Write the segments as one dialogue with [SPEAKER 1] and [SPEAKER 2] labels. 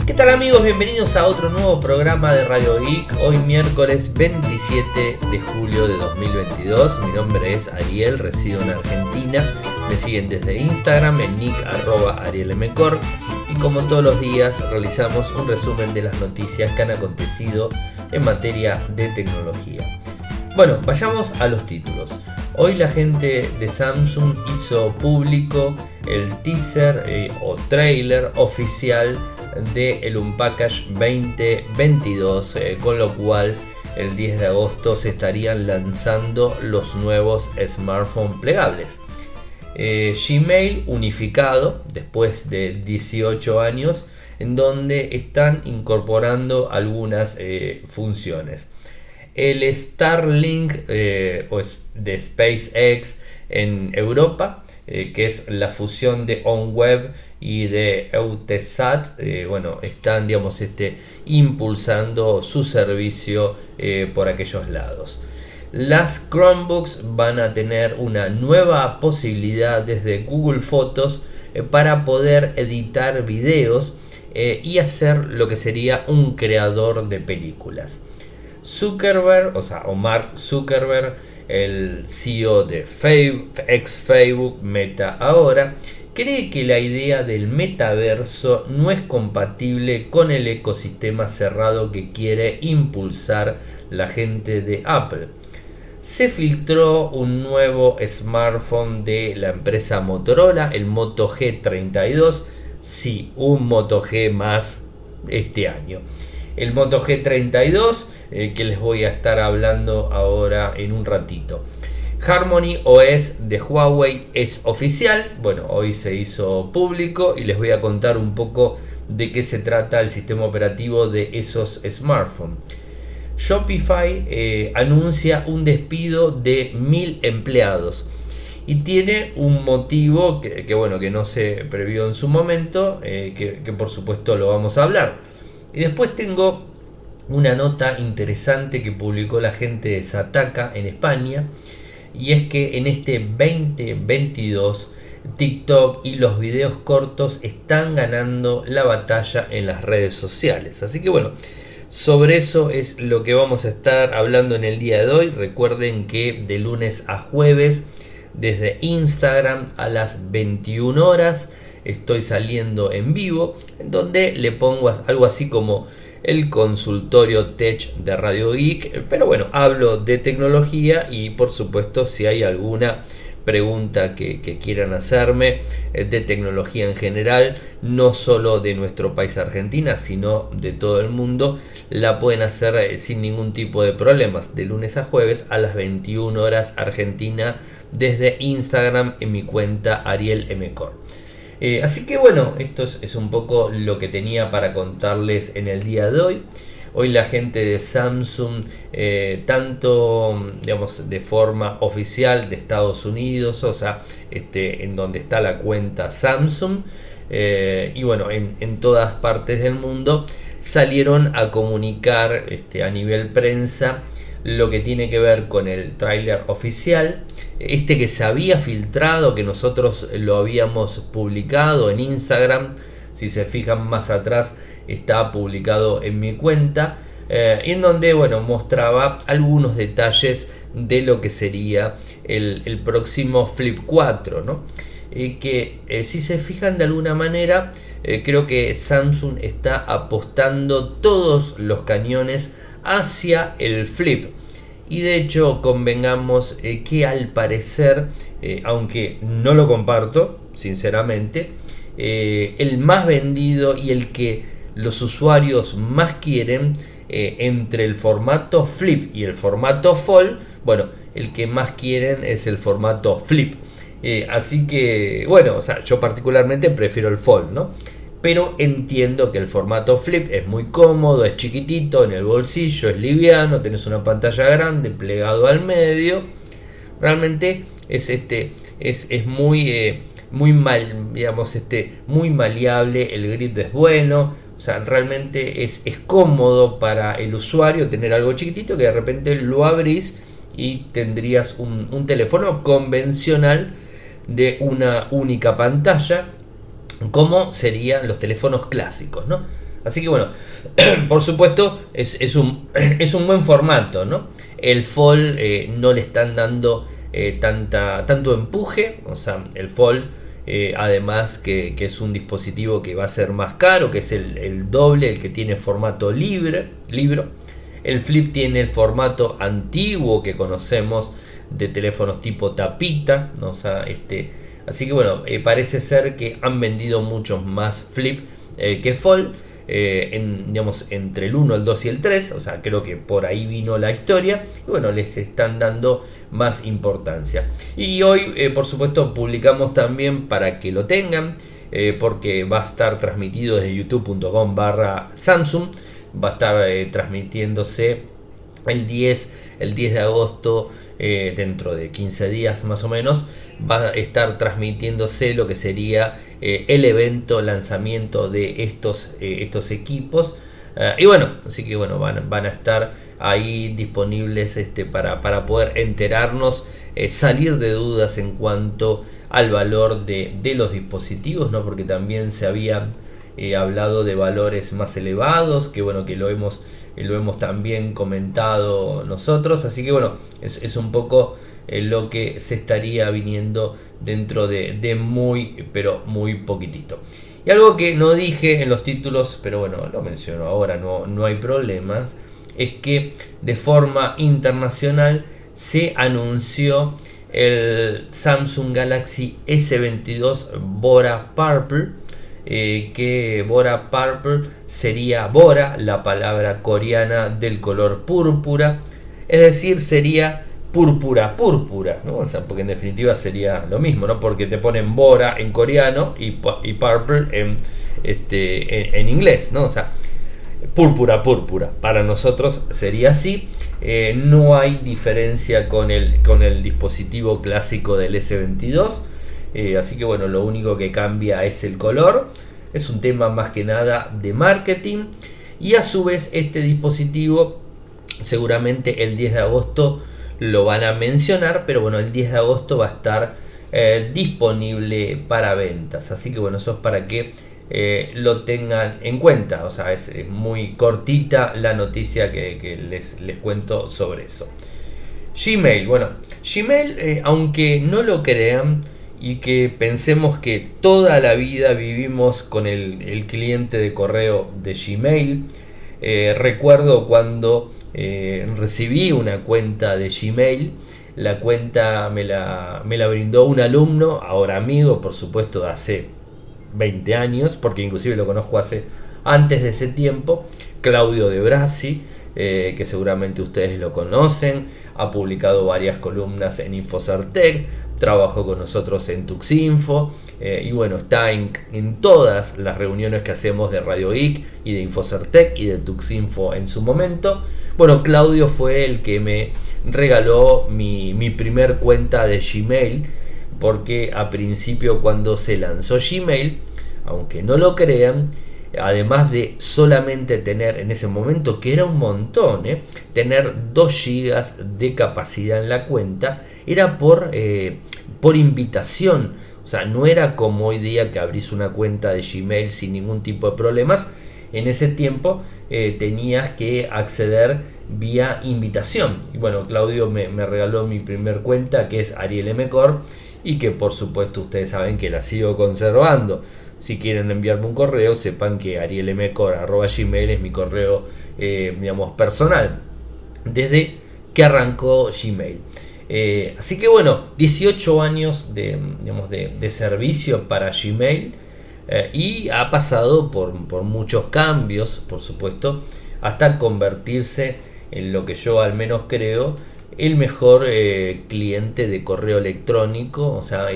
[SPEAKER 1] ¿Qué tal amigos? Bienvenidos a otro nuevo programa de Radio Geek. Hoy miércoles 27 de julio de 2022. Mi nombre es Ariel, resido en Argentina. Me siguen desde Instagram en nick@arielmcor. Y como todos los días realizamos un resumen de las noticias que han acontecido en materia de tecnología. Bueno, vayamos a los títulos. Hoy la gente de Samsung hizo público el teaser o trailer oficial de el Unpackage 2022, con lo cual el 10 de agosto se estarían lanzando los nuevos smartphones plegables. Gmail unificado después de 18 años, en donde están incorporando algunas funciones. El Starlink de SpaceX en Europa, que es la fusión de OnWeb y de Eutelsat, están impulsando su servicio por aquellos lados. Las Chromebooks van a tener una nueva posibilidad desde Google Fotos para poder editar videos y hacer lo que sería un creador de películas. Mark Zuckerberg, el CEO de ex Facebook, Meta ahora, cree que la idea del metaverso no es compatible con el ecosistema cerrado que quiere impulsar la gente de Apple. Se filtró un nuevo smartphone de la empresa Motorola, el Moto G32, sí, un Moto G más este año. El Moto G32 que les voy a estar hablando ahora en un ratito. Harmony OS de Huawei es oficial. Bueno, hoy se hizo público y les voy a contar un poco de qué se trata el sistema operativo de esos smartphones. Shopify anuncia un despido de 1000 empleados y tiene un motivo que no se previó en su momento, que por supuesto lo vamos a hablar. Y después tengo una nota interesante que publicó la gente de Sataka en España, y es que en este 2022 TikTok y los videos cortos están ganando la batalla en las redes sociales. Así que bueno, sobre eso es lo que vamos a estar hablando en el día de hoy. Recuerden que de lunes a jueves desde Instagram a las 21 horas estoy saliendo en vivo, en donde le pongo algo así como el consultorio tech de Radio Geek, pero bueno, hablo de tecnología y por supuesto si hay alguna pregunta que quieran hacerme de tecnología en general, no solo de nuestro país Argentina, sino de todo el mundo, la pueden hacer sin ningún tipo de problemas, de lunes a jueves a las 21 horas Argentina, desde Instagram en mi cuenta Ariel Mcor. Así que bueno, esto es un poco lo que tenía para contarles en el día de hoy. Hoy la gente de Samsung, tanto de forma oficial de Estados Unidos, en donde está la cuenta Samsung, y bueno, en todas partes del mundo, salieron a comunicar a nivel prensa lo que tiene que ver con el tráiler oficial, que se había filtrado, que nosotros lo habíamos publicado en Instagram. Si se fijan más atrás, está publicado en mi cuenta, en donde mostraba algunos detalles de lo que sería el próximo Flip 4, ¿no? Si se fijan de alguna manera, creo que Samsung está apostando todos los cañones hacia el Flip. Y de hecho convengamos que al parecer, aunque no lo comparto sinceramente, el más vendido y el que los usuarios más quieren entre el formato Flip y el formato Fold, el que más quieren es el formato Flip. Así que yo particularmente prefiero el Fold, ¿no? Pero entiendo que el formato Flip es muy cómodo, es chiquitito en el bolsillo, es liviano, tenés una pantalla grande plegado al medio. Realmente es muy muy maleable, el grip es bueno, realmente es cómodo para el usuario tener algo chiquitito que de repente lo abrís y tendrías un teléfono convencional de una única pantalla, como serían los teléfonos clásicos, ¿no? Así que bueno, por supuesto es un buen formato, ¿no? El Fold no le están dando tanto empuje, o sea, el Fold además que es un dispositivo que va a ser más caro, que es el doble, el que tiene formato libro. El Flip tiene el formato antiguo que conocemos de teléfonos tipo tapita, ¿no? O sea, así que bueno, parece ser que han vendido muchos más Flip que Fold. Digamos, entre el 1, el 2 y el 3, o sea, creo que por ahí vino la historia, y bueno, les están dando más importancia. Y hoy, por supuesto, publicamos también para que lo tengan, porque va a estar transmitido desde youtube.com/Samsung, va a estar transmitiéndose el 10 de agosto, dentro de 15 días más o menos, va a estar transmitiéndose lo que sería el evento lanzamiento de estos equipos. Y bueno, así que bueno, van a estar ahí disponibles para poder enterarnos, salir de dudas en cuanto al valor de los dispositivos, ¿no? Porque también se había hablado de valores más elevados, que bueno, que lo hemos también comentado nosotros. Así que bueno, es un poco lo que se estaría viniendo dentro de muy, pero muy poquitito. Y algo que no dije en los títulos, pero bueno, lo menciono ahora, no hay problemas, es que de forma internacional se anunció el Samsung Galaxy S22 Bora Purple, que Bora Purple sería Bora, la palabra coreana del color púrpura, es decir, sería púrpura, ¿no? O sea, porque en definitiva sería lo mismo, ¿no? Porque te ponen Bora en coreano y purple en inglés, ¿no? O sea, púrpura. Para nosotros sería así. No hay diferencia con el dispositivo clásico del S22. Así que bueno, lo único que cambia es el color. Es un tema más que nada de marketing. Y a su vez este dispositivo seguramente el 10 de agosto lo van a mencionar, pero bueno, el 10 de agosto va a estar disponible para ventas. Así que bueno, eso es para que lo tengan en cuenta. O sea, es muy cortita la noticia que les cuento sobre eso. Gmail, bueno, Gmail, aunque no lo crean y que pensemos que toda la vida vivimos con el cliente de correo de Gmail, recuerdo cuando recibí una cuenta de Gmail. La cuenta me la brindó un alumno, ahora amigo, por supuesto, de hace 20 años, porque inclusive lo conozco antes de ese tiempo, Claudio De Brasi, que seguramente ustedes lo conocen, ha publicado varias columnas en Infocertec, trabajó con nosotros en Tuxinfo, y bueno, está en todas las reuniones que hacemos de Radio Geek y de Infocertec y de Tuxinfo en su momento. Bueno, Claudio fue el que me regaló mi primer cuenta de Gmail, porque a principio, cuando se lanzó Gmail, aunque no lo crean, además de solamente tener en ese momento, que era un montón, tener 2 GB de capacidad en la cuenta, era por invitación. O sea, no era como hoy día que abrís una cuenta de Gmail sin ningún tipo de problemas. En ese tiempo tenías que acceder vía invitación. Y bueno, Claudio me regaló mi primer cuenta, que es Ariel Mcor, y que por supuesto ustedes saben que la sigo conservando. Si quieren enviarme un correo, sepan que arielmcor@gmail es mi correo personal desde que arrancó Gmail. Así que bueno, 18 años de servicio para Gmail, y ha pasado por muchos cambios, por supuesto, hasta convertirse en lo que yo al menos creo el mejor cliente de correo electrónico. O sea,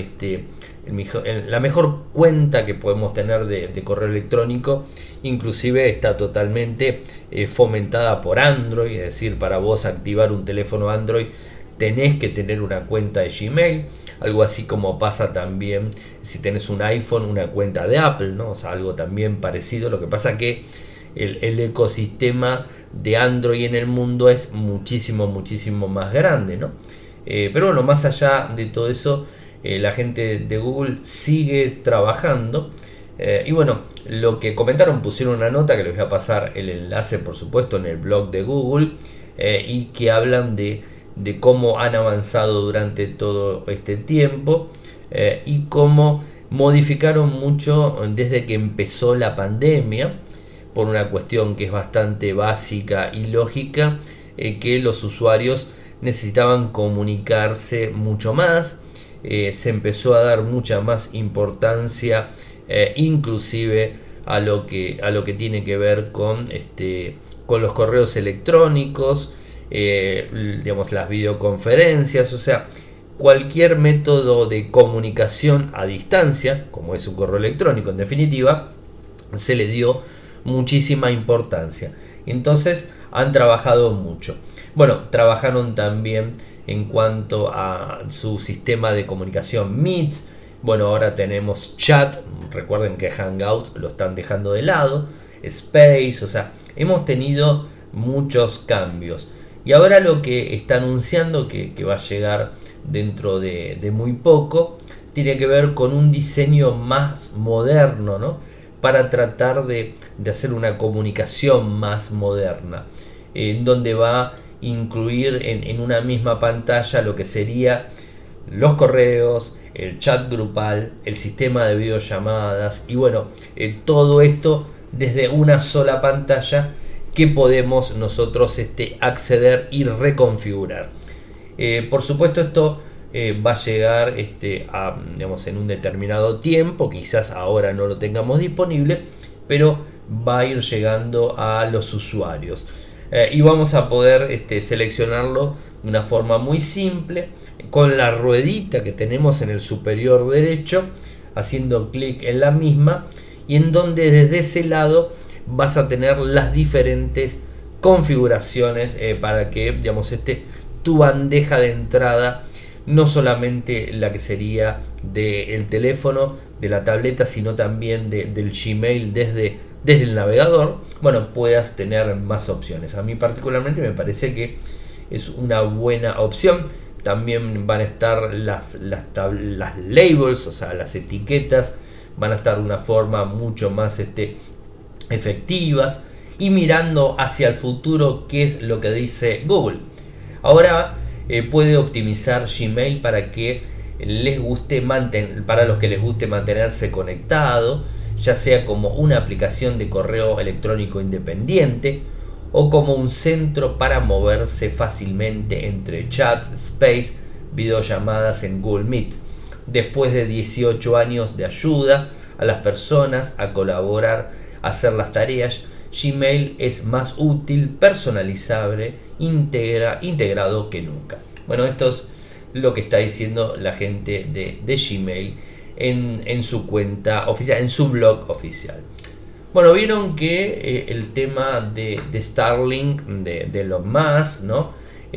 [SPEAKER 1] la mejor cuenta que podemos tener de correo electrónico. Inclusive está totalmente fomentada por Android, es decir, para vos activar un teléfono Android tenés que tener una cuenta de Gmail, algo así como pasa también si tenés un iPhone, una cuenta de Apple, ¿no? O sea, algo también parecido. Lo que pasa que el ecosistema de Android en el mundo es muchísimo más grande, ¿no? Pero bueno, más allá de todo eso, la gente de Google sigue trabajando Y bueno, lo que comentaron, pusieron una nota que les voy a pasar el enlace, por supuesto, en el blog de Google, y que hablan de cómo han avanzado durante todo este tiempo y cómo modificaron mucho desde que empezó la pandemia, por una cuestión que es bastante básica y lógica, que los usuarios necesitaban comunicarse mucho más. Se empezó a dar mucha más importancia inclusive a lo que tiene que ver con los correos electrónicos, digamos, las videoconferencias, o sea, cualquier método de comunicación a distancia, como es un correo electrónico en definitiva, se le dio muchísima importancia. Entonces han trabajado mucho. Bueno, trabajaron también en cuanto a su sistema de comunicación Meet. Bueno, ahora tenemos chat. Recuerden que Hangout lo están dejando de lado. Space, o sea, hemos tenido muchos cambios. Y ahora lo que está anunciando, que va a llegar dentro de muy poco, tiene que ver con un diseño más moderno, ¿no? Para tratar de hacer una comunicación más moderna, en donde va a incluir en una misma pantalla lo que sería los correos, el chat grupal, el sistema de videollamadas y bueno, todo esto desde una sola pantalla que podemos nosotros acceder y reconfigurar. Por supuesto, esto va a llegar digamos, en un determinado tiempo, quizás ahora no lo tengamos disponible, pero va a ir llegando a los usuarios. Y vamos a poder seleccionarlo de una forma muy simple, con la ruedita que tenemos en el superior derecho, haciendo clic en la misma, y en donde desde ese lado vas a tener las diferentes configuraciones para que, digamos, tu bandeja de entrada, no solamente la que sería del teléfono, de la tableta, sino también del Gmail desde el navegador, bueno, puedas tener más opciones. A mí particularmente me parece que es una buena opción. También van a estar las labels, o sea, las etiquetas, van a estar de una forma mucho más efectivas. Y mirando hacia el futuro, ¿qué es lo que dice Google? Ahora puede optimizar Gmail para que les guste para los que les guste mantenerse conectado, ya sea como una aplicación de correo electrónico independiente o como un centro para moverse fácilmente entre chat, space, videollamadas en Google Meet. Después de 18 años de ayuda a las personas a colaborar, a hacer las tareas, Gmail es más útil, personalizable, integrado que nunca. Bueno, esto es lo que está diciendo la gente de Gmail en su cuenta oficial, en su blog oficial. Bueno, vieron que el tema de Starlink, de Elon Musk, ¿no?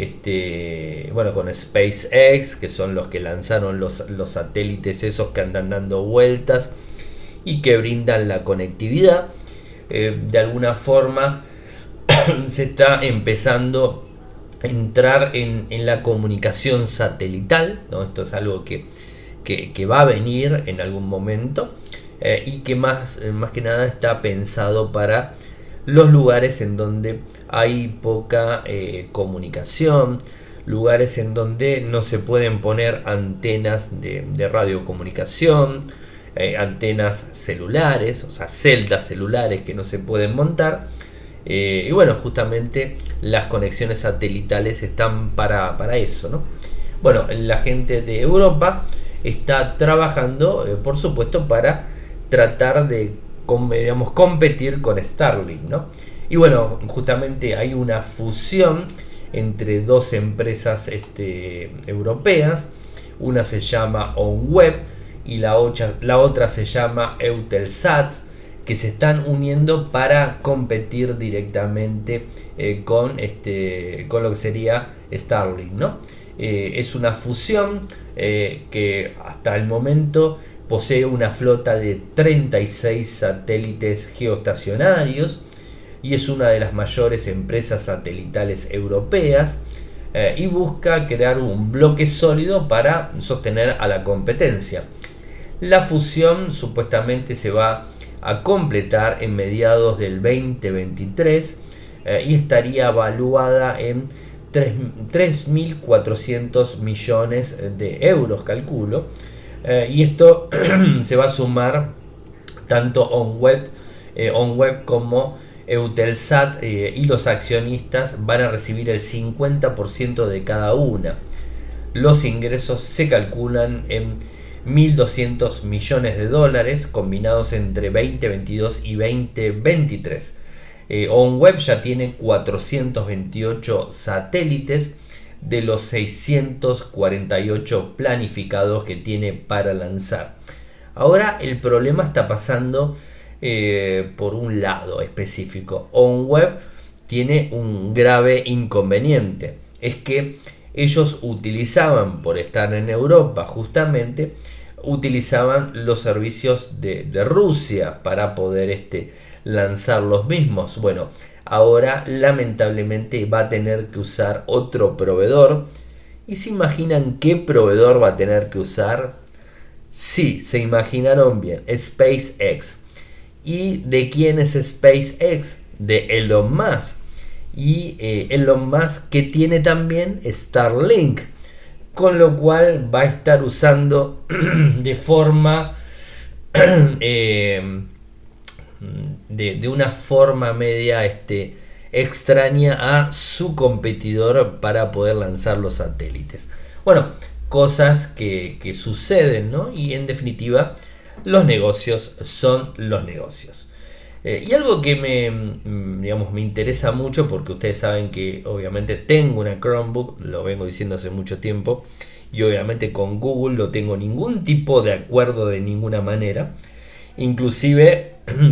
[SPEAKER 1] Bueno, con SpaceX, que son los que lanzaron los satélites esos que andan dando vueltas y que brindan la conectividad. De alguna forma se está empezando a entrar en la comunicación satelital, ¿no? Esto es algo que va a venir en algún momento y que más que nada está pensado para los lugares en donde hay poca comunicación, lugares en donde no se pueden poner antenas de radiocomunicación, antenas celulares, o sea, celdas celulares que no se pueden montar. Y bueno, justamente las conexiones satelitales están para eso, ¿no? Bueno, la gente de Europa está trabajando, por supuesto, para tratar de, digamos, competir con Starlink, ¿no? Y bueno, justamente hay una fusión entre dos empresas europeas. Una se llama OnWeb y la otra se llama Eutelsat, que se están uniendo para competir directamente con lo que sería Starlink, ¿no? Es una fusión que hasta el momento posee una flota de 36 satélites geoestacionarios y es una de las mayores empresas satelitales europeas, y busca crear un bloque sólido para sostener a la competencia. La fusión supuestamente se va a completar en mediados del 2023 y estaría evaluada en 3.400 millones de euros, calculo. Y esto se va a sumar tanto OnWeb como Eutelsat, y los accionistas van a recibir el 50% de cada una. Los ingresos se calculan en 1.200 millones de dólares combinados entre 2022 y 2023. OnWeb ya tiene 428 satélites de los 648 planificados que tiene para lanzar. Ahora el problema está pasando por un lado específico. OnWeb tiene un grave inconveniente, es que ellos utilizaban, por estar en Europa justamente, utilizaban los servicios de Rusia para poder lanzar los mismos. Bueno, ahora lamentablemente va a tener que usar otro proveedor. ¿Y se imaginan qué proveedor va a tener que usar? Sí, se imaginaron bien, SpaceX. ¿Y de quién es SpaceX? De Elon Musk. Y Elon Musk, que tiene también Starlink, con lo cual va a estar usando de forma de una forma media extraña a su competidor para poder lanzar los satélites. Bueno, cosas que suceden, ¿no? Y en definitiva, los negocios son los negocios. Y algo que me interesa mucho, porque ustedes saben que obviamente tengo una Chromebook, lo vengo diciendo hace mucho tiempo, y obviamente con Google no tengo ningún tipo de acuerdo de ninguna manera. Inclusive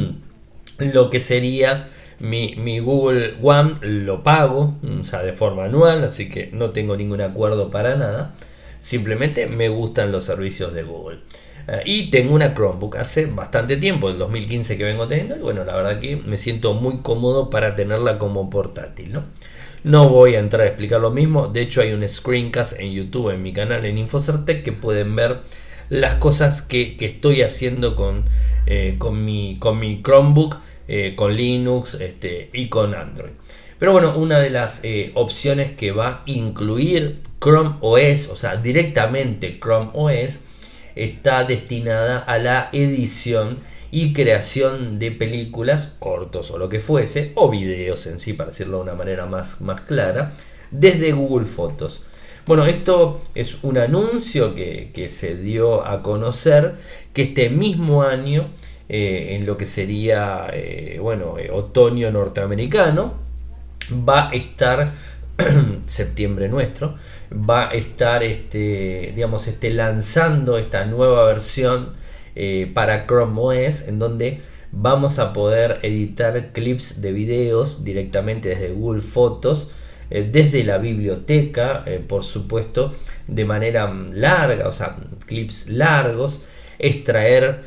[SPEAKER 1] lo que sería mi Google One lo pago, o sea, de forma anual, así que no tengo ningún acuerdo para nada. Simplemente me gustan los servicios de Google. Y tengo una Chromebook hace bastante tiempo, el 2015 que vengo teniendo, y bueno, la verdad que me siento muy cómodo para tenerla como portátil, ¿no? No voy a entrar a explicar lo mismo, de hecho hay un screencast en YouTube, en mi canal en Infocertec, que pueden ver las cosas que estoy haciendo con mi Chromebook, con Linux y con Android. Pero bueno, una de las opciones que va a incluir Chrome OS, o sea, directamente Chrome OS, está destinada a la edición y creación de películas, cortos o lo que fuese, o videos en sí, para decirlo de una manera más clara, desde Google Fotos. Bueno, esto es un anuncio que se dio a conocer, que este mismo año, en lo que sería otoño norteamericano, va a estar septiembre nuestro, va a estar lanzando esta nueva versión para Chrome OS, en donde vamos a poder editar clips de videos directamente desde Google Fotos, desde la biblioteca, por supuesto, de manera larga, o sea, clips largos, extraer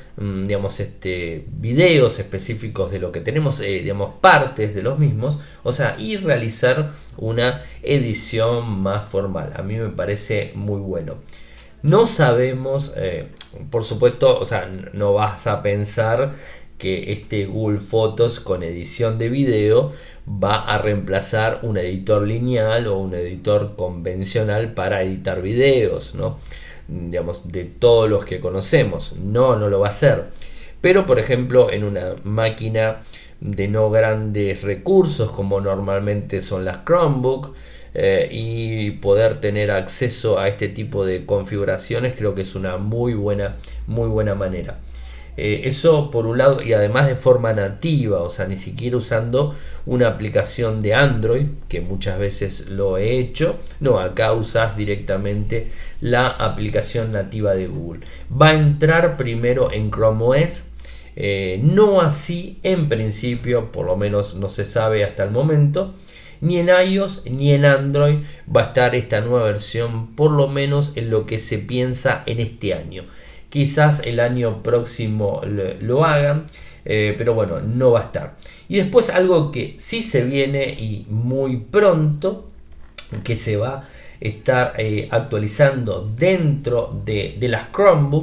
[SPEAKER 1] videos específicos de lo que tenemos, partes de los mismos, o sea, y realizar una edición más formal. A mí me parece muy bueno. No sabemos, por supuesto, o sea, no vas a pensar que Google Fotos con edición de video va a reemplazar un editor lineal o un editor convencional para editar videos, ¿no? De todos los que conocemos. No lo va a hacer. Pero por ejemplo, en una máquina de no grandes recursos como normalmente son las Chromebook, y poder tener acceso a este tipo de configuraciones, creo que es una muy buena manera. Eso por un lado, y además de forma nativa, o sea, ni siquiera usando una aplicación de Android, que muchas veces lo he hecho. No, acá usas directamente la aplicación nativa de Google. Va a entrar primero en Chrome OS, no así en principio, por lo menos no se sabe hasta el momento, ni en iOS ni en Android va a estar esta nueva versión, por lo menos en lo que se piensa en este año. Quizás el año próximo lo hagan, pero bueno, no va a estar. Y después algo que sí se viene y muy pronto, que se va a estar actualizando dentro de las Chromebook,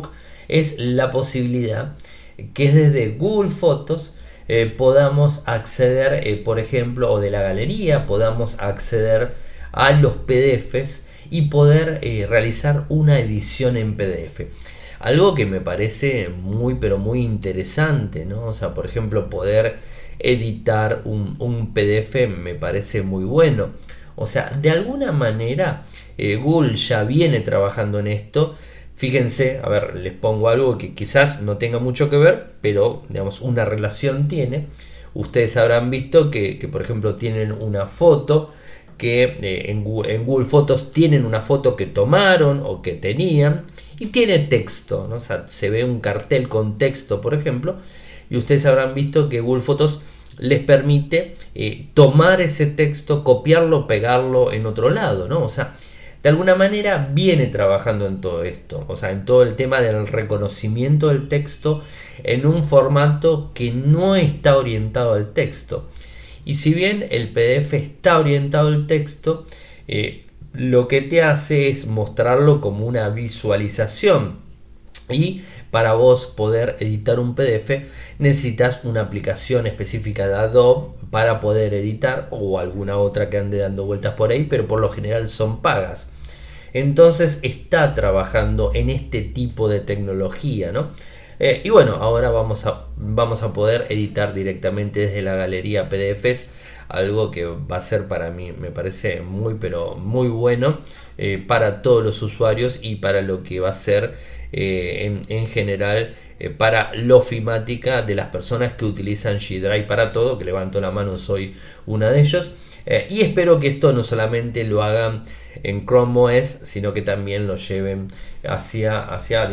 [SPEAKER 1] es la posibilidad que desde Google Fotos podamos acceder, por ejemplo, o de la galería, podamos acceder a los PDFs y poder realizar una edición en PDF. Algo que me parece muy pero muy interesante, ¿no? O sea, por ejemplo, poder editar un PDF me parece muy bueno. O sea, de alguna manera Google ya viene trabajando en esto. Fíjense, a ver, les pongo algo que quizás no tenga mucho que ver, pero digamos una relación tiene. Ustedes habrán visto que por ejemplo tienen una foto que en Google Fotos tienen una foto que tomaron o que tenían y tiene texto, ¿no? O sea, se ve un cartel con texto, por ejemplo, y ustedes habrán visto que Google Fotos les permite tomar ese texto, copiarlo, pegarlo en otro lado, ¿no? O sea, de alguna manera viene trabajando en todo esto, o sea, en todo el tema del reconocimiento del texto en un formato que no está orientado al texto. Y si bien el PDF está orientado al texto, lo que te hace es mostrarlo como una visualización. Y para vos poder editar un PDF necesitas una aplicación específica de Adobe para poder editar, o alguna otra que ande dando vueltas por ahí, pero por lo general son pagas. Entonces está trabajando en este tipo de tecnología, ¿no? Y bueno, ahora vamos a poder editar directamente desde la galería PDFs, algo que va a ser para mí, me parece muy pero muy bueno para todos los usuarios y para lo que va a ser en general para la ofimática de las personas que utilizan G Drive para todo, que levanto la mano, soy una de ellos. Y espero que esto no solamente lo hagan en Chrome OS, sino que también lo lleven hacia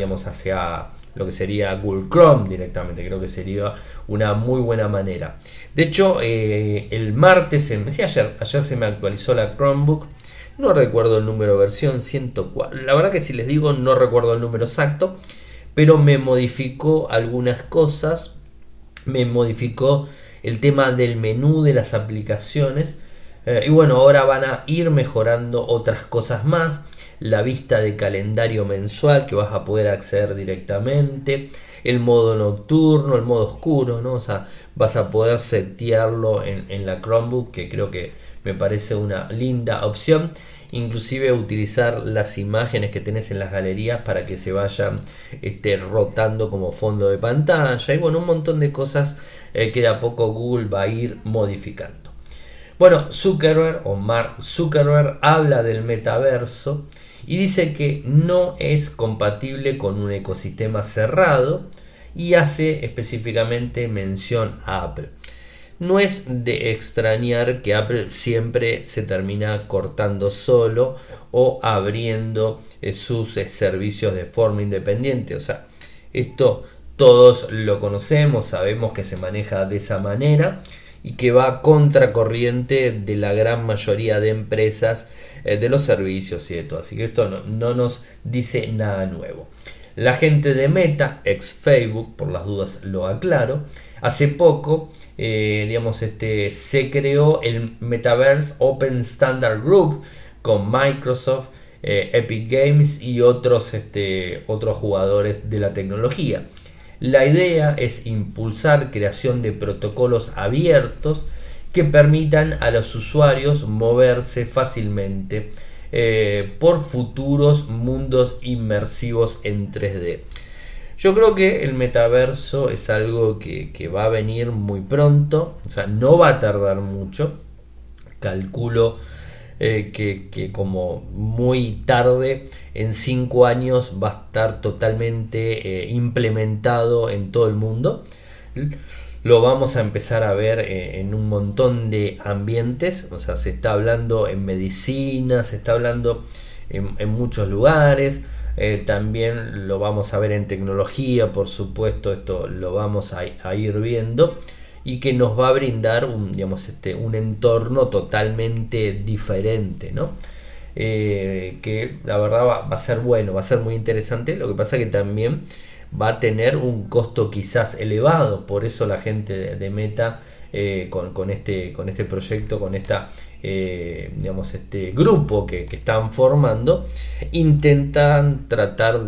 [SPEAKER 1] lo que sería Google Chrome directamente. Creo que sería una muy buena manera. De hecho, el martes, ayer se me actualizó la Chromebook. No recuerdo el número de versión, 104. La verdad que si les digo no recuerdo el número exacto, pero me modificó algunas cosas. Me modificó el tema del menú de las aplicaciones. Y bueno, ahora van a ir mejorando otras cosas más. La vista de calendario mensual, que vas a poder acceder directamente. El modo nocturno, el modo oscuro, ¿no? O sea, vas a poder setearlo en la Chromebook, que creo que me parece una linda opción. Inclusive utilizar las imágenes que tenés en las galerías para que se vayan rotando como fondo de pantalla. Y bueno, un montón de cosas que de a poco Google va a ir modificando. Bueno, Zuckerberg o Mark Zuckerberg habla del metaverso y dice que no es compatible con un ecosistema cerrado y hace específicamente mención a Apple. No es de extrañar que Apple siempre se termina cortando solo o abriendo sus servicios de forma independiente. O sea, esto todos lo conocemos, sabemos que se maneja de esa manera y que va a contracorriente de la gran mayoría de empresas de los servicios y de todo. Así que esto no nos dice nada nuevo. La gente de Meta, ex Facebook, por las dudas lo aclaro, hace poco se creó el Metaverse Open Standard Group con Microsoft, Epic Games y otros jugadores de la tecnología. La idea es impulsar creación de protocolos abiertos que permitan a los usuarios moverse fácilmente por futuros mundos inmersivos en 3D. Yo creo que el metaverso es algo que va a venir muy pronto, o sea, no va a tardar mucho. Calculo que como muy tarde, en 5 años va a estar totalmente implementado en todo el mundo. Lo vamos a empezar a ver en un montón de ambientes, o sea, se está hablando en medicina, se está hablando en muchos lugares. También lo vamos a ver en tecnología, por supuesto, esto lo vamos a ir viendo, y que nos va a brindar un entorno totalmente diferente, ¿no? Que la verdad va a ser bueno, va a ser muy interesante. Lo que pasa es que también va a tener un costo quizás elevado, por eso la gente de Meta con este proyecto, con esta digamos, este grupo que están formando, intentan tratar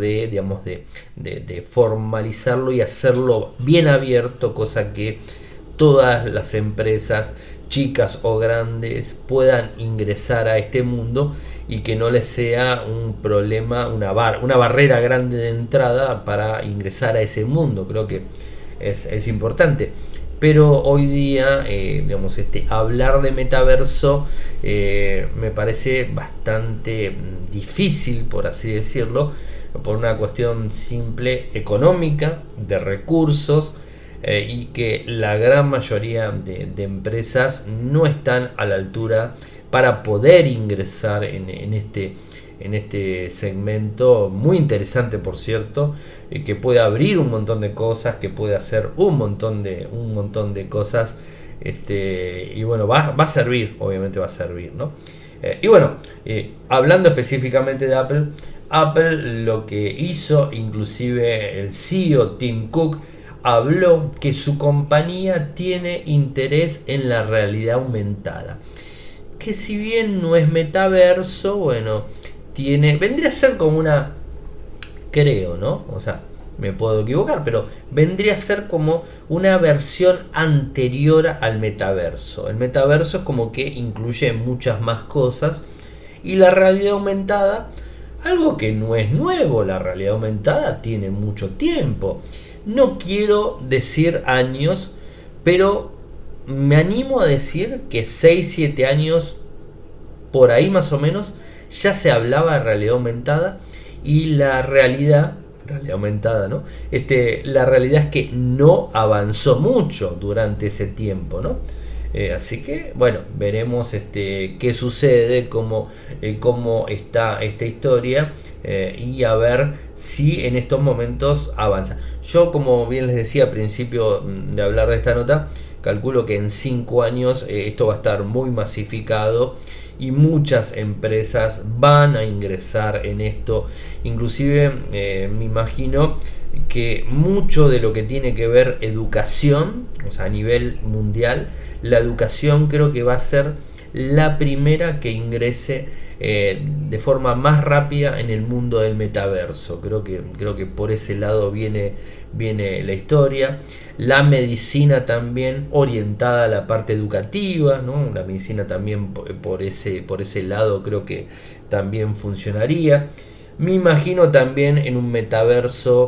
[SPEAKER 1] de formalizarlo y hacerlo bien abierto, cosa que todas las empresas, chicas o grandes, puedan ingresar a este mundo y que no les sea un problema, una barrera grande de entrada para ingresar a ese mundo. Creo que es importante. Pero hoy día, hablar de metaverso me parece bastante difícil, por así decirlo, por una cuestión simple económica, de recursos, y que la gran mayoría de empresas no están a la altura para poder ingresar en este segmento muy interesante, por cierto, que puede abrir un montón de cosas, que puede hacer un montón de cosas, y bueno, va a servir, obviamente va a servir, ¿no? Y bueno, hablando específicamente de Apple lo que hizo, inclusive el CEO Tim Cook habló que su compañía tiene interés en la realidad aumentada, que si bien no es metaverso, bueno, vendría a ser como una, creo, ¿no? O sea, me puedo equivocar, pero vendría a ser como una versión anterior al metaverso. El metaverso es como que incluye muchas más cosas, y la realidad aumentada, algo que no es nuevo. La realidad aumentada tiene mucho tiempo. No quiero decir años, pero me animo a decir que 6-7 años, por ahí más o menos, ya se hablaba de realidad aumentada, y la realidad aumentada, ¿no? La realidad es que no avanzó mucho durante ese tiempo, ¿no? Así que, bueno, veremos qué sucede, cómo está esta historia, y a ver si en estos momentos avanza. Yo, como bien les decía al principio de hablar de esta nota, calculo que en 5 años esto va a estar muy masificado y muchas empresas van a ingresar en esto. Inclusive me imagino que mucho de lo que tiene que ver educación, o sea, a nivel mundial, la educación creo que va a ser la primera que ingrese de forma más rápida en el mundo del metaverso. Creo que por ese lado viene la historia. La medicina también orientada a la parte educativa, ¿no? La medicina también por ese lado creo que también funcionaría. Me imagino también en un metaverso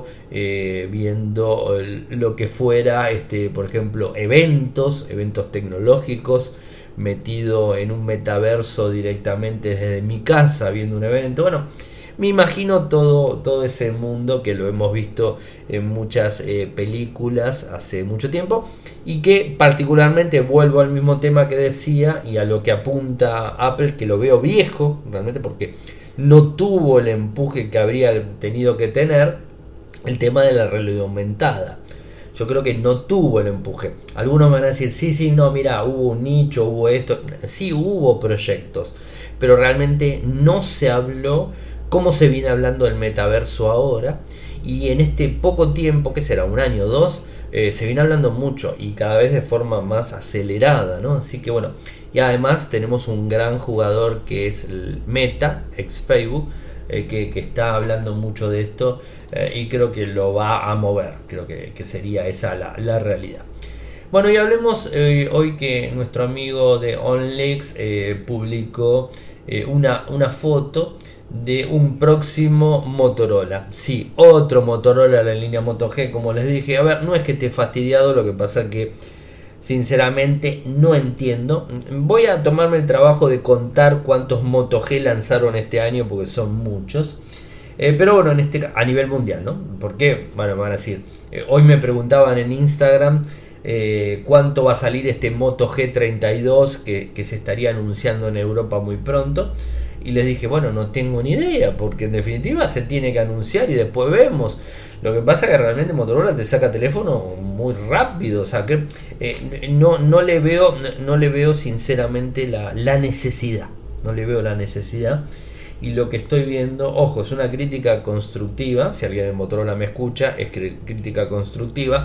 [SPEAKER 1] viendo lo que fuera, por ejemplo, eventos tecnológicos, metido en un metaverso directamente desde mi casa viendo un evento. Bueno, me imagino todo ese mundo que lo hemos visto en muchas películas hace mucho tiempo, y que particularmente, vuelvo al mismo tema que decía y a lo que apunta Apple, que lo veo viejo realmente porque no tuvo el empuje que habría tenido que tener, el tema de la realidad aumentada. Yo creo que no tuvo el empuje. Algunos van a decir, sí, no, mira, hubo un nicho, hubo esto. Sí, hubo proyectos, pero realmente no se habló como se viene hablando del metaverso ahora. Y en este poco tiempo, que será un año o dos, se viene hablando mucho y cada vez de forma más acelerada, ¿no? Así que bueno, y además tenemos un gran jugador que es el Meta, ex Facebook, que está hablando mucho de esto, y creo que lo va a mover. Creo que sería esa la realidad. Bueno, y hablemos hoy que nuestro amigo de OnLeaks publicó una foto de un próximo Motorola. Sí, otro Motorola de la línea Moto G, como les dije. A ver, no es que esté fastidiado, lo que pasa que sinceramente no entiendo. Voy a tomarme el trabajo de contar cuántos Moto G lanzaron este año, porque son muchos. Pero bueno, a nivel mundial, ¿no? Porque, bueno, van a decir, hoy me preguntaban en Instagram cuánto va a salir este Moto G32 que se estaría anunciando en Europa muy pronto. Y les dije, bueno, no tengo ni idea, porque en definitiva se tiene que anunciar y después vemos. Lo que pasa es que realmente Motorola te saca teléfono muy rápido, o sea que no le veo sinceramente la necesidad. No le veo la necesidad. Y lo que estoy viendo, ojo, es una crítica constructiva. Si alguien de Motorola me escucha, es crítica constructiva.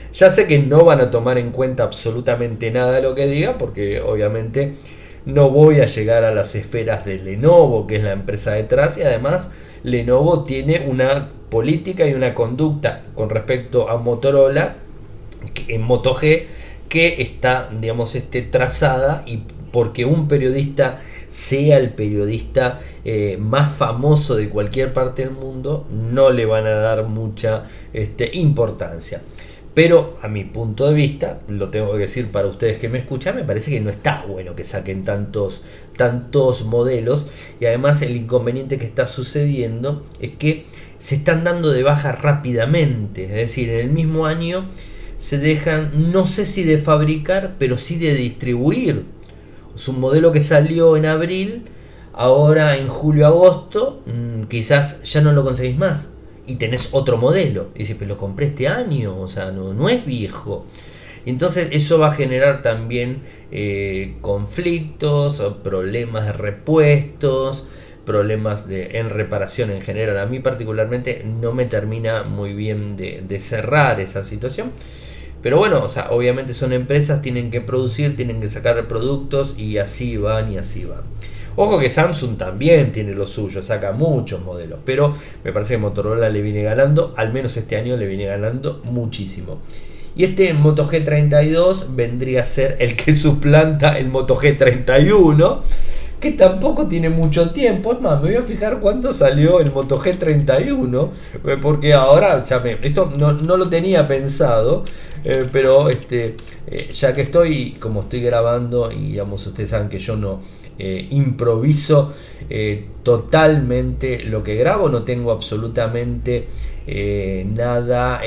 [SPEAKER 1] Ya sé que no van a tomar en cuenta absolutamente nada de lo que diga, porque obviamente no voy a llegar a las esferas de Lenovo, que es la empresa detrás, y además Lenovo tiene una política y una conducta con respecto a Motorola en Moto G que está, digamos, trazada, y porque un periodista sea el periodista más famoso de cualquier parte del mundo, no le van a dar mucha importancia. Pero a mi punto de vista, lo tengo que decir para ustedes que me escuchan, me parece que no está bueno que saquen tantos modelos, y además el inconveniente que está sucediendo es que se están dando de baja rápidamente, es decir, en el mismo año se dejan, no sé si de fabricar, pero sí de distribuir. Es un modelo que salió en abril, ahora en julio-agosto, quizás ya no lo conseguís más. Y tenés otro modelo. Y dices, pero lo compré este año, o sea, no es viejo. Entonces eso va a generar también conflictos, problemas de repuestos, problemas en reparación en general. A mí particularmente no me termina muy bien de cerrar esa situación. Pero bueno, o sea, obviamente son empresas, tienen que producir, tienen que sacar productos, y así van y así van. Ojo que Samsung también tiene lo suyo, saca muchos modelos, pero me parece que Motorola le viene ganando, al menos este año le viene ganando muchísimo. Y este Moto G32 vendría a ser el que suplanta el Moto G31, que tampoco tiene mucho tiempo. Es más, me voy a fijar cuándo salió el Moto G31, porque ahora esto no lo tenía pensado, pero ya que como estoy grabando, y digamos, ustedes saben que yo no improviso totalmente lo que grabo, no tengo absolutamente nada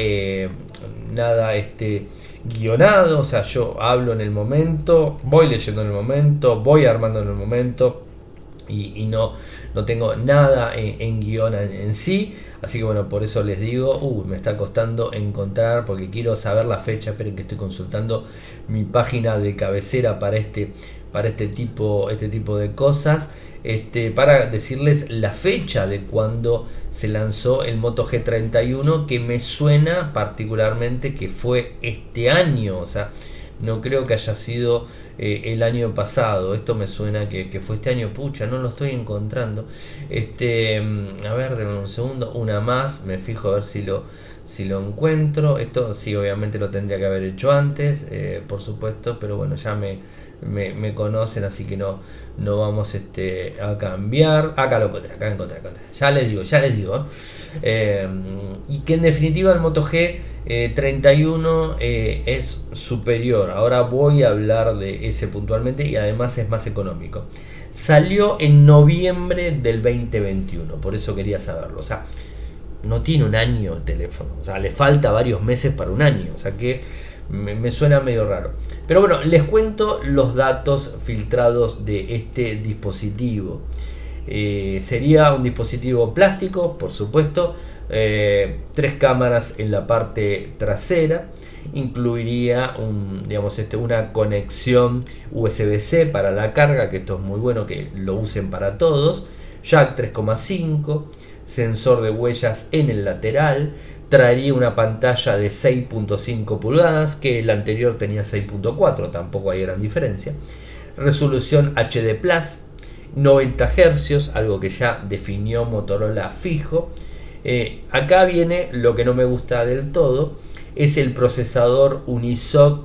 [SPEAKER 1] guionado, o sea, yo hablo en el momento, voy leyendo en el momento, voy armando en el momento, y no tengo nada en guión en sí. Así que bueno, por eso les digo, me está costando encontrar, porque quiero saber la fecha. Esperen que estoy consultando mi página de cabecera para este tipo de cosas, para decirles la fecha de cuando se lanzó el Moto G31, que me suena particularmente que fue este año, o sea, no creo que haya sido el año pasado. Esto me suena que fue este año. Pucha, no lo estoy encontrando. A ver, denme un segundo. Una más, me fijo a ver si lo encuentro. Esto sí, obviamente lo tendría que haber hecho antes, por supuesto, pero bueno, ya me conocen, así que no vamos a cambiar. Acá lo encontré, acá encontré. Ya les digo. Y que en definitiva el Moto G31 es superior. Ahora voy a hablar de ese puntualmente, y además es más económico. Salió en noviembre del 2021, por eso quería saberlo. O sea, no tiene un año el teléfono, o sea, le falta varios meses para un año, o sea que me suena medio raro. Pero bueno, les cuento los datos filtrados de este dispositivo. Sería un dispositivo plástico, por supuesto, 3 cámaras en la parte trasera, incluiría una conexión USB-C para la carga, que esto es muy bueno que lo usen para todos, jack 3,5, sensor de huellas en el lateral, traería una pantalla de 6.5 pulgadas, que el anterior tenía 6.4, tampoco hay gran diferencia, resolución HD+, 90 Hz, algo que ya definió Motorola fijo. Acá viene lo que no me gusta del todo, es el procesador Unisoc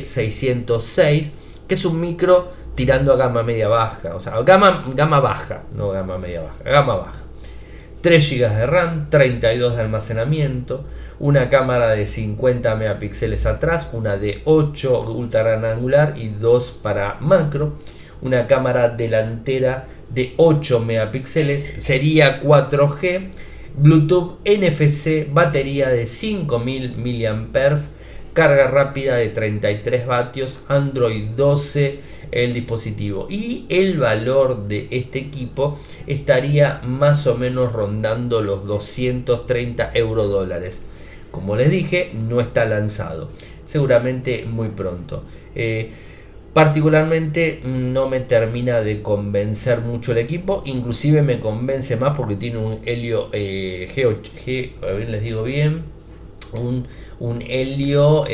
[SPEAKER 1] T606, que es un micro tirando a gama media baja, o sea, gama baja, no gama media baja, gama baja. 3 GB de RAM, 32 de almacenamiento, una cámara de 50 megapíxeles atrás, una de 8 ultra gran angular y 2 para macro, una cámara delantera de 8 megapíxeles, sería 4G, Bluetooth NFC, batería de 5000 mAh, carga rápida de 33 vatios, Android 12 el dispositivo, y el valor de este equipo estaría más o menos rondando los 230 €. Como les dije, no está lanzado, seguramente muy pronto. Particularmente no me termina de convencer mucho el equipo, inclusive me convence más porque tiene un Helio G8, a ver, les digo bien, un Helio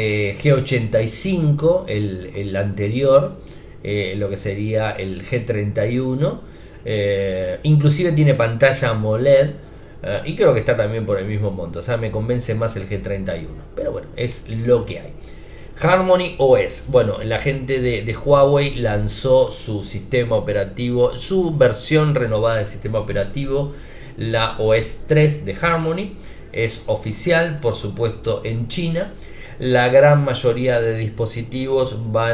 [SPEAKER 1] G85, el anterior, lo que sería el G31. Inclusive tiene pantalla AMOLED, y creo que está también por el mismo monto. O sea, me convence más el G31, pero bueno, es lo que hay. Harmony OS, bueno, la gente de Huawei lanzó su sistema operativo, su versión renovada del sistema operativo, la OS 3 de Harmony. Es oficial, por supuesto, en China. La gran mayoría de dispositivos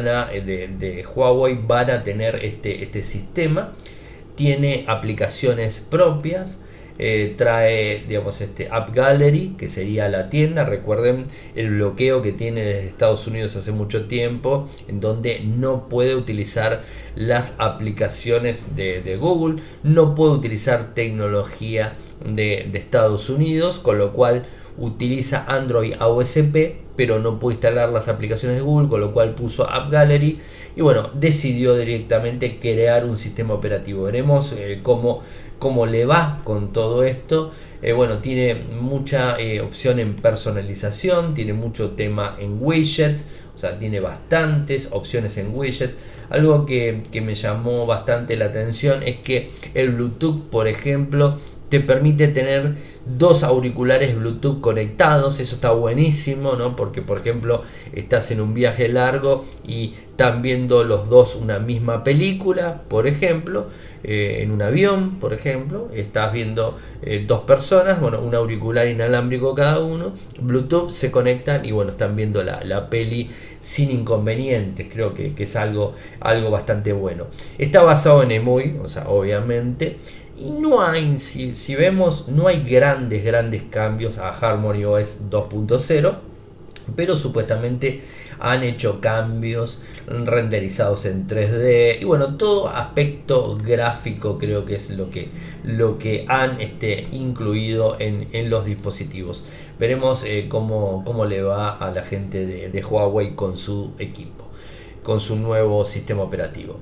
[SPEAKER 1] de Huawei van a tener este sistema. Tiene aplicaciones propias. Trae, digamos, App Gallery, que sería la tienda. Recuerden el bloqueo que tiene desde Estados Unidos hace mucho tiempo, en donde no puede utilizar las aplicaciones de Google, no puede utilizar tecnología de Estados Unidos, con lo cual utiliza Android AOSP, pero no puede instalar las aplicaciones de Google, con lo cual puso App Gallery y bueno, decidió directamente crear un sistema operativo. Veremos cómo le va con todo esto. Bueno, tiene mucha opción en personalización, tiene mucho tema en widgets, o sea, tiene bastantes opciones en widgets. Algo que me llamó bastante la atención es que el Bluetooth, por ejemplo, te permite tener dos auriculares Bluetooth conectados. Eso está buenísimo, ¿no? Porque, por ejemplo, estás en un viaje largo y están viendo los dos una misma película, por ejemplo, en un avión, por ejemplo, estás viendo dos personas, bueno, un auricular inalámbrico cada uno, Bluetooth, se conectan y bueno, están viendo la peli sin inconvenientes. Creo que es algo bastante bueno. Está basado en EMUI, o sea, obviamente. Y no hay, si vemos, no hay grandes cambios a Harmony OS 2.0, pero supuestamente han hecho cambios renderizados en 3D y bueno, todo aspecto gráfico creo que es lo que han incluido en los dispositivos. Veremos cómo le va a la gente de Huawei con su equipo, con su nuevo sistema operativo.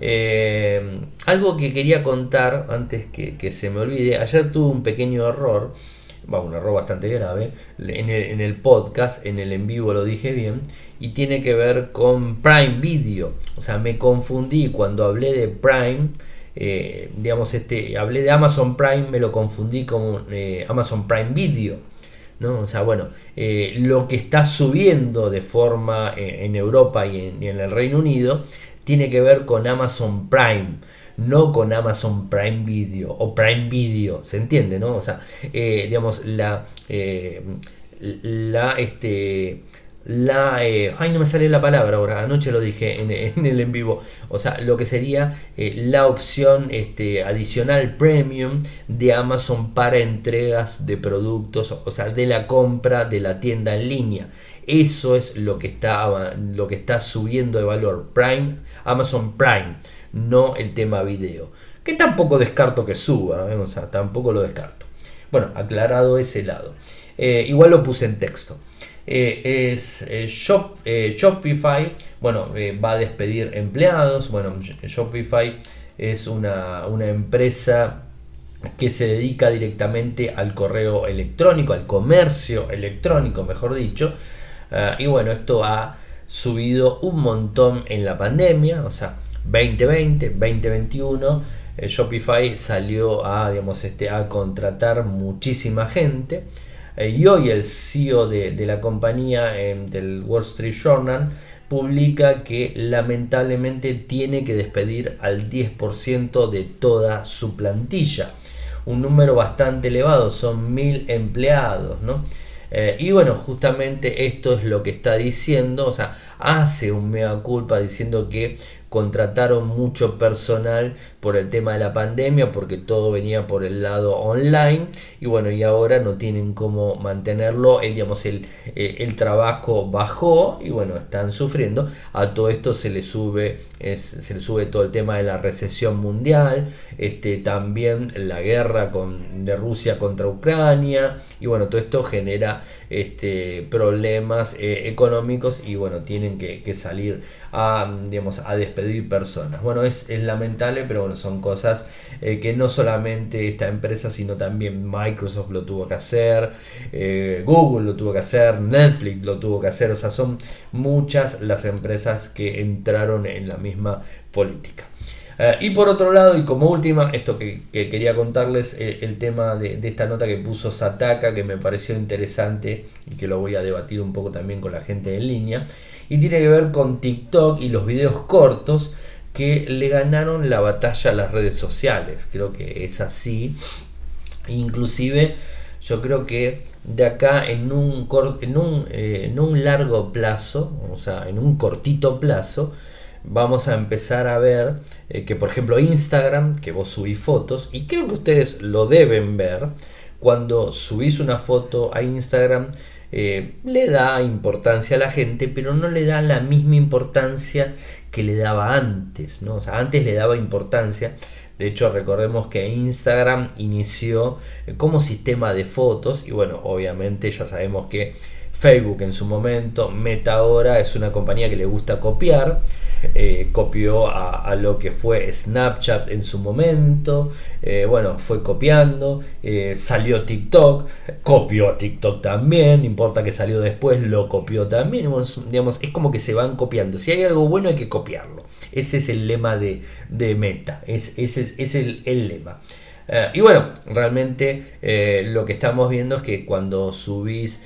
[SPEAKER 1] Algo que quería contar antes que se me olvide: ayer tuve un pequeño error, un error bastante grave en el podcast, en el en vivo lo dije bien, y tiene que ver con Prime Video. O sea, me confundí cuando hablé de Prime, digamos, hablé de Amazon Prime, me lo confundí con Amazon Prime Video, ¿no? O sea, bueno, lo que está subiendo de forma en Europa y en el Reino Unido tiene que ver con Amazon Prime, no con Amazon Prime Video o Prime Video, ¿se entiende, no? O sea, digamos, ay, no me sale la palabra ahora, anoche lo dije en el en vivo. O sea, lo que sería la opción adicional premium de Amazon para entregas de productos, o sea, de la compra de la tienda en línea. Eso es lo que está subiendo de valor Amazon Prime, no el tema video, que tampoco descarto que suba, o sea, tampoco lo descarto. Bueno, aclarado ese lado. Igual lo puse en texto. Shopify, bueno, va a despedir empleados. Bueno, Shopify es una empresa que se dedica directamente al correo electrónico, al comercio electrónico, mejor dicho. Y bueno, esto ha subido un montón en la pandemia, o sea, 2020, 2021. Shopify salió a contratar muchísima gente. Y hoy el CEO de la compañía, del Wall Street Journal, publica que lamentablemente tiene que despedir al 10% de toda su plantilla. Un número bastante elevado, son 1000 empleados, ¿no? Y bueno, justamente esto es lo que está diciendo, o sea, hace un mea culpa diciendo que contrataron mucho personal por el tema de la pandemia, porque todo venía por el lado online, y bueno, y ahora no tienen cómo mantenerlo. El trabajo bajó y bueno, están sufriendo. A todo esto se le sube todo el tema de la recesión mundial, también la guerra de Rusia contra Ucrania, y bueno, todo esto genera problemas económicos, y bueno, tienen que salir a despedir despedir personas. Bueno, es lamentable, pero bueno, son cosas que no solamente esta empresa, sino también Microsoft lo tuvo que hacer, Google lo tuvo que hacer, Netflix lo tuvo que hacer, o sea, son muchas las empresas que entraron en la misma política. Y por otro lado, y como última, esto que quería contarles, el tema de esta nota que puso Sataka, que me pareció interesante y que lo voy a debatir un poco también con la gente en línea, y tiene que ver con TikTok y los videos cortos que le ganaron la batalla a las redes sociales. Creo que es así. Inclusive yo creo que de acá en un largo plazo, o sea, en un cortito plazo, vamos a empezar a ver que, por ejemplo, Instagram, que vos subís fotos, y creo que ustedes lo deben ver, cuando subís una foto a Instagram, le da importancia a la gente, pero no le da la misma importancia que le daba antes, ¿no? O sea, antes le daba importancia. De hecho, recordemos que Instagram inició como sistema de fotos, y bueno, obviamente ya sabemos que Facebook en su momento, Meta ahora, es una compañía que le gusta copiar. Copió a lo que fue Snapchat en su momento, bueno, fue copiando, salió TikTok, copió a TikTok también, no importa que salió después, lo copió también. Bueno, digamos, es como que se van copiando. Si hay algo bueno hay que copiarlo. Ese es el lema de Meta, ese es el lema. Y bueno, realmente lo que estamos viendo es que cuando subís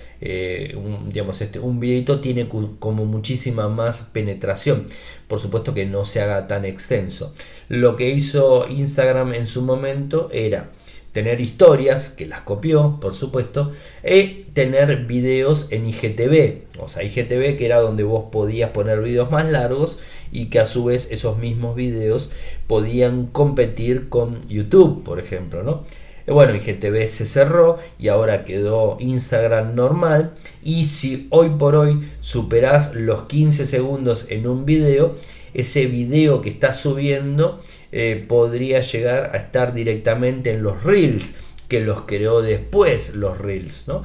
[SPEAKER 1] un videito tiene como muchísima más penetración. Por supuesto que no se haga tan extenso. Lo que hizo Instagram en su momento era tener historias, que las copió, por supuesto, y tener videos en IGTV. O sea, IGTV, que era donde vos podías poner videos más largos y que a su vez esos mismos videos podían competir con YouTube, por ejemplo, ¿no? Bueno, IGTV se cerró y ahora quedó Instagram normal. Y si hoy por hoy superás los 15 segundos en un video, ese video que estás subiendo podría llegar a estar directamente en los Reels, que los creó después los Reels, ¿no?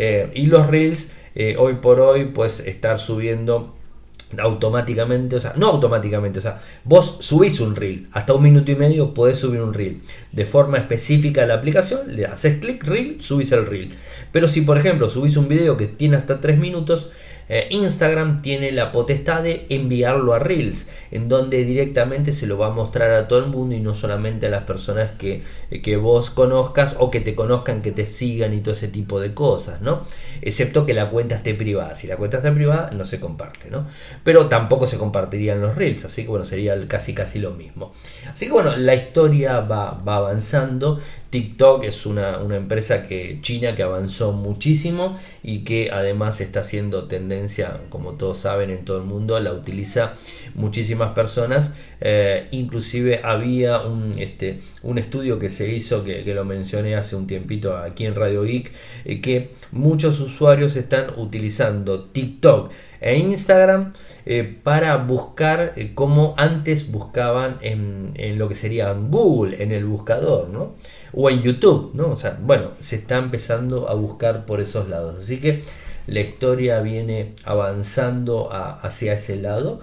[SPEAKER 1] Y los Reels hoy por hoy pues estar subiendo automáticamente, o sea, no automáticamente, o sea, vos subís un reel, hasta 1 minuto y medio podés subir un reel, de forma específica a la aplicación, le haces clic, reel, subís el reel. Pero si por ejemplo subís un video que tiene hasta 3 minutos, Instagram tiene la potestad de enviarlo a Reels, en donde directamente se lo va a mostrar a todo el mundo y no solamente a las personas que vos conozcas o que te conozcan, que te sigan y todo ese tipo de cosas, ¿no? Excepto que la cuenta esté privada. Si la cuenta está privada no se comparte, ¿no? Pero tampoco se compartirían los Reels, así que bueno, sería casi lo mismo. Así que bueno, la historia va avanzando. TikTok es una empresa china que avanzó muchísimo y que además está haciendo tendencia, como todos saben, en todo el mundo. La utiliza muchísimas personas. Inclusive había un estudio que se hizo, que lo mencioné hace un tiempito aquí en Radio Geek, que muchos usuarios están utilizando TikTok e Instagram para buscar como antes buscaban en lo que sería Google, en el buscador, ¿no? O en YouTube, ¿no? O sea, bueno, se está empezando a buscar por esos lados. Así que la historia viene avanzando hacia ese lado.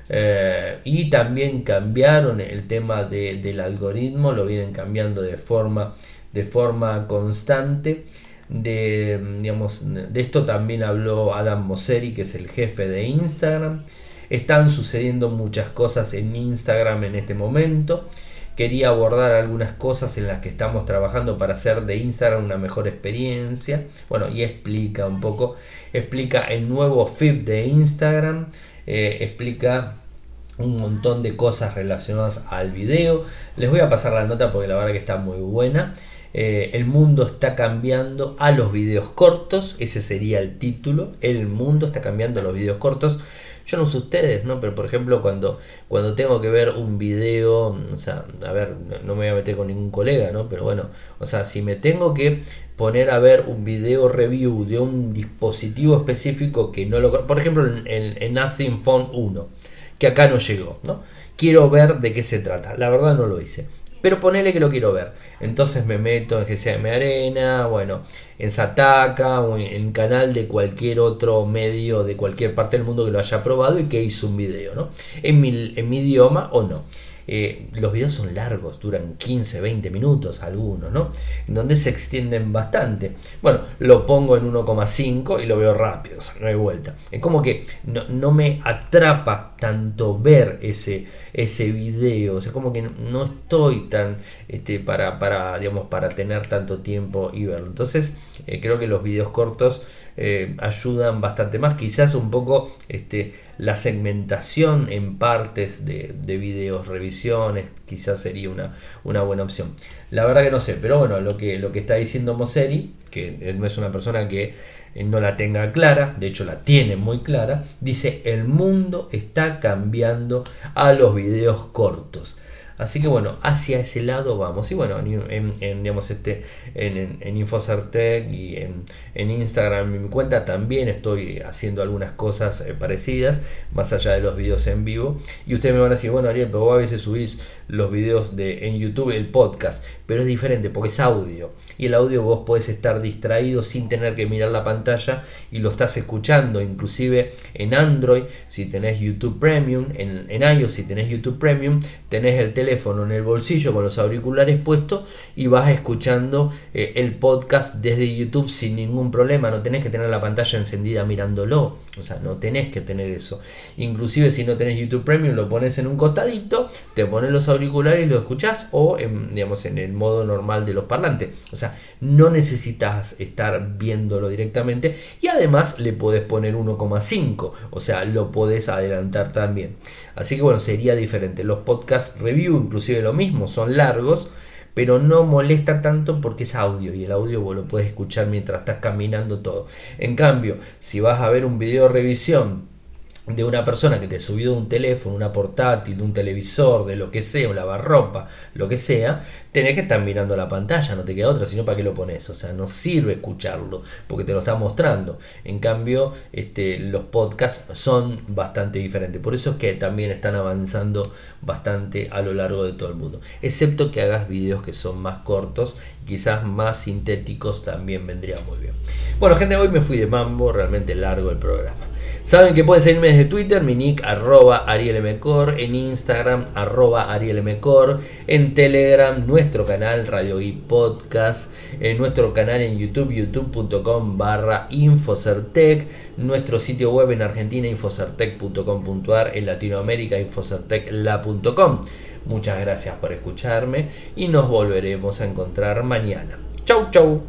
[SPEAKER 1] Y también cambiaron el tema del algoritmo, lo vienen cambiando de forma constante. De esto también habló Adam Mosseri, que es el jefe de Instagram. Están sucediendo muchas cosas en Instagram en este momento. Quería abordar algunas cosas en las que estamos trabajando para hacer de Instagram una mejor experiencia. Bueno, y explica un poco, explica el nuevo feed de Instagram, explica un montón de cosas relacionadas al video. Les voy a pasar la nota porque la verdad que está muy buena. El mundo está cambiando a los videos cortos, ese sería el título. El mundo está cambiando a los videos cortos. Yo no sé ustedes, ¿no? Pero por ejemplo cuando tengo que ver un video, o sea, a ver, no me voy a meter con ningún colega, ¿no? Pero bueno, o sea, si me tengo que poner a ver un video review de un dispositivo específico que no lo... Por ejemplo, en Nothing Phone 1, que acá no llegó, ¿no? Quiero ver de qué se trata. La verdad no lo hice. pero ponele que lo quiero ver. Entonces me meto en GCM Arena, bueno, en Sataka o en canal de cualquier otro medio de cualquier parte del mundo que lo haya probado y que hizo un video, ¿no? En mi idioma o no. Los videos son largos, duran 15, 20 minutos algunos, ¿no? En donde se extienden bastante. Bueno, lo pongo en 1,5 y lo veo rápido, o sea, no hay vuelta. Es como que no me atrapa tanto ver ese video, o sea, como que no estoy tan para tener tanto tiempo y verlo. Entonces, creo que los videos cortos ayudan bastante más, quizás un poco la segmentación en partes de videos, revisiones, quizás sería una buena opción. La verdad que no sé, pero bueno, lo que está diciendo Mosseri, que no es una persona que no la tenga clara, de hecho la tiene muy clara, dice: el mundo está cambiando a los videos cortos. Así que bueno, hacia ese lado vamos. Y bueno, en Infocertec y en Instagram, en mi cuenta, también estoy haciendo algunas cosas parecidas, más allá de los videos en vivo. Y ustedes me van a decir: bueno, Ariel, pero vos a veces subís los videos en YouTube, el podcast, pero es diferente porque es audio. Y el audio vos podés estar distraído sin tener que mirar la pantalla y lo estás escuchando. Inclusive en Android, si tenés YouTube Premium, en iOS, si tenés YouTube Premium, tenés el teléfono en el bolsillo con los auriculares puestos y vas escuchando el podcast desde YouTube sin ningún problema. No tenés que tener la pantalla encendida mirándolo, o sea, no tenés que tener eso. Inclusive si no tenés YouTube Premium, lo pones en un costadito, te pones los auriculares y lo escuchás, o en el modo normal de los parlantes. O sea, no necesitas estar viéndolo directamente, y además le podés poner 1,5, o sea, lo podés adelantar también. Así que bueno, sería diferente. Los podcast review, inclusive lo mismo, son largos, pero no molesta tanto porque es audio, y el audio vos lo puedes escuchar mientras estás caminando todo. En cambio, si vas a ver un video de revisión de una persona que te subió de un teléfono, una portátil, de un televisor, de lo que sea, un lavarropa, lo que sea, tenés que estar mirando la pantalla, no te queda otra, sino para qué lo pones. O sea, no sirve escucharlo porque te lo está mostrando. En cambio, los podcasts son bastante diferentes. Por eso es que también están avanzando bastante a lo largo de todo el mundo. Excepto que hagas videos que son más cortos, quizás más sintéticos, también vendría muy bien. Bueno, gente, hoy me fui de mambo, realmente largo el programa. Saben que pueden seguirme desde Twitter, mi nick @arielmcor, en Instagram @arielmcor, en Telegram, nuestro canal Radio Geek Podcast, en nuestro canal en YouTube, youtube.com/Infocertec, nuestro sitio web en Argentina, infocertec.com.ar, en Latinoamérica, infocertecla.com. Muchas gracias por escucharme y nos volveremos a encontrar mañana. Chau, chau.